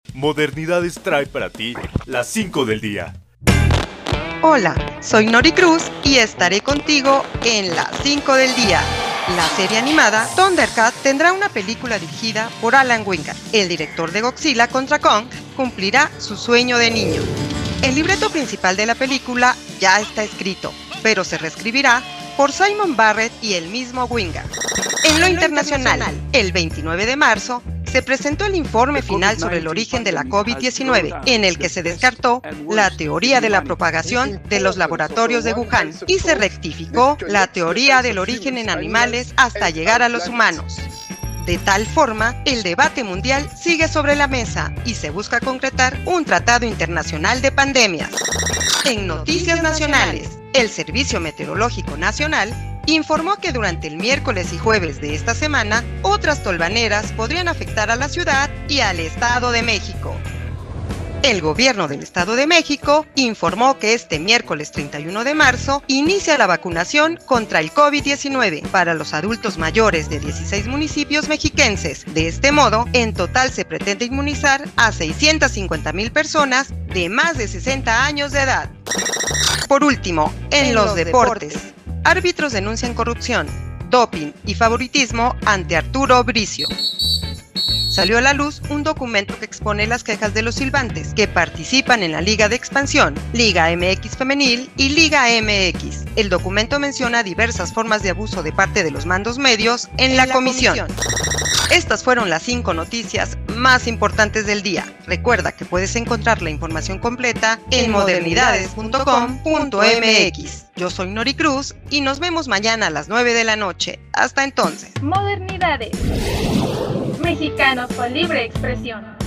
Modernidades trae para ti las 5 del día. Hola, soy Nori Cruz y estaré contigo en las 5 del día. La serie animada Thundercat tendrá una película dirigida por Alan Wingard. El director de Godzilla contra Kong cumplirá su sueño de niño. El libreto principal de la película ya está escrito, pero se reescribirá por Simon Barrett y el mismo Wingard. En lo internacional, el 29 de marzo, se presentó el informe final sobre el origen de la COVID-19, en el que se descartó la teoría de la propagación de los laboratorios de Wuhan y se rectificó la teoría del origen en animales hasta llegar a los humanos. De tal forma, el debate mundial sigue sobre la mesa y se busca concretar un tratado internacional de pandemias. En noticias nacionales, el Servicio Meteorológico Nacional informó que durante el miércoles y jueves de esta semana, otras tolvaneras podrían afectar a la ciudad y al Estado de México. El gobierno del Estado de México informó que este miércoles 31 de marzo inicia la vacunación contra el COVID-19 para los adultos mayores de 16 municipios mexiquenses. De este modo, en total se pretende inmunizar a 650,000 personas de más de 60 años de edad. Por último, en los deportes, árbitros denuncian corrupción, doping y favoritismo ante Arturo Bricio. Salió a la luz un documento que expone las quejas de los silbantes que participan en la Liga de Expansión, Liga MX Femenil y Liga MX. El documento menciona diversas formas de abuso de parte de los mandos medios en la comisión. Estas fueron las 5 noticias más importantes del día. Recuerda que puedes encontrar la información completa en modernidades.com.mx. Yo soy Nori Cruz y nos vemos mañana a las 9 de la noche. Hasta entonces. Modernidades. Mexicanos con libre expresión.